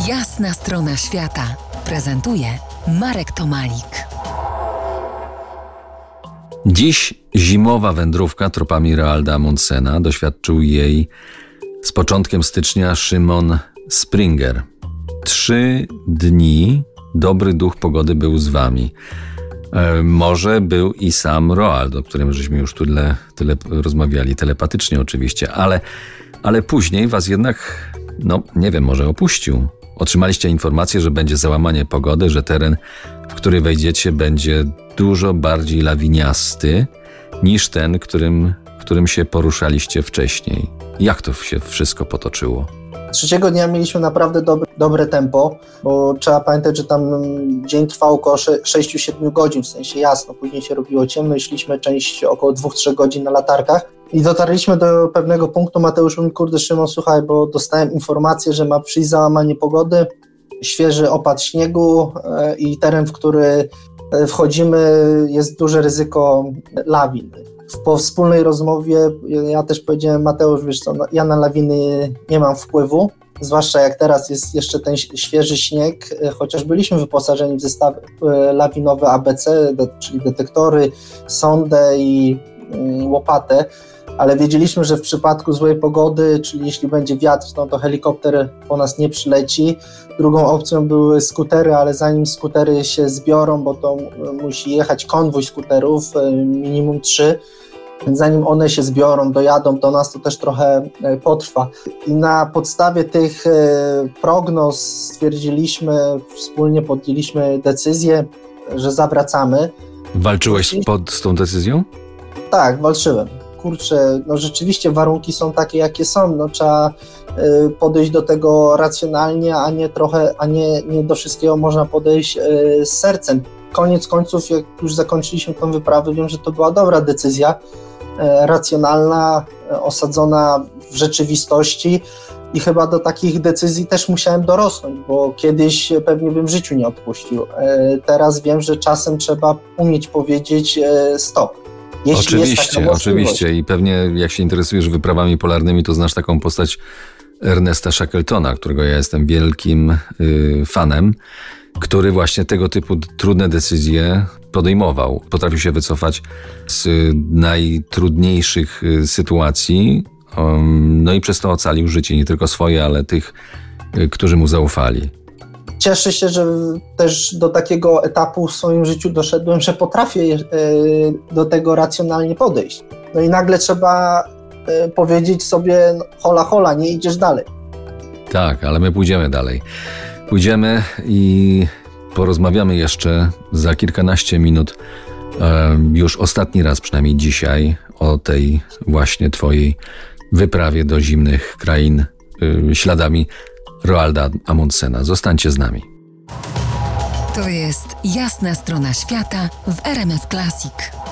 Jasna strona świata prezentuje Marek Tomalik. Dziś zimowa wędrówka tropami Roalda Amundsena. Doświadczył jej z początkiem stycznia Szymon Springer. 3 dni dobry duch pogody był z wami. Może był i sam Roald, o którym żeśmy już tyle rozmawiali, telepatycznie oczywiście, ale później was jednak, nie wiem, może opuścił. Otrzymaliście informację, że będzie załamanie pogody, że teren, w który wejdziecie, będzie dużo bardziej lawiniasty niż ten, którym się poruszaliście wcześniej. Jak to się wszystko potoczyło? 3 dnia mieliśmy naprawdę dobre tempo, bo trzeba pamiętać, że tam dzień trwał około 6-7 godzin, w sensie jasno, później się robiło ciemno i szliśmy część około 2-3 godzin na latarkach i dotarliśmy do pewnego punktu. Mateusz mówi, Szymon, słuchaj, bo dostałem informację, że ma przyjść załamanie pogody, świeży opad śniegu i teren, w który wchodzimy, jest duże ryzyko lawin. Po wspólnej rozmowie ja też powiedziałem, Mateusz, wiesz co, ja na lawiny nie mam wpływu, zwłaszcza jak teraz jest jeszcze ten świeży śnieg, chociaż byliśmy wyposażeni w zestawy lawinowe ABC, czyli detektory, sondę i łopatę, ale wiedzieliśmy, że w przypadku złej pogody, czyli jeśli będzie wiatr, to helikopter po nas nie przyleci. Drugą opcją były skutery, ale zanim skutery się zbiorą, bo to musi jechać konwój skuterów, minimum 3, więc zanim one się zbiorą, dojadą do nas, to też trochę potrwa. I na podstawie tych prognoz stwierdziliśmy, wspólnie podjęliśmy decyzję, że zawracamy. Walczyłeś z tą decyzją? Tak, walczyłem. Kurczę, rzeczywiście warunki są takie, jakie są. Trzeba podejść do tego racjonalnie, a nie do wszystkiego można podejść z sercem. Koniec końców, jak już zakończyliśmy tę wyprawę, wiem, że to była dobra decyzja, racjonalna, osadzona w rzeczywistości i chyba do takich decyzji też musiałem dorosnąć, bo kiedyś pewnie bym w życiu nie odpuścił. Teraz wiem, że czasem trzeba umieć powiedzieć stop. Oczywiście i pewnie jak się interesujesz wyprawami polarnymi, to znasz taką postać Ernesta Shackletona, którego ja jestem wielkim fanem, który właśnie tego typu trudne decyzje podejmował. Potrafił się wycofać z najtrudniejszych sytuacji, i przez to ocalił życie nie tylko swoje, ale tych, którzy mu zaufali. Cieszę się, że też do takiego etapu w swoim życiu doszedłem, że potrafię do tego racjonalnie podejść. I nagle trzeba powiedzieć sobie, hola, nie idziesz dalej. Tak, ale my pójdziemy dalej. Pójdziemy i porozmawiamy jeszcze za kilkanaście minut, już ostatni raz przynajmniej dzisiaj, o tej właśnie twojej wyprawie do zimnych krain śladami Roalda Amundsena. Zostańcie z nami. To jest Jasna strona świata w RMF Classic.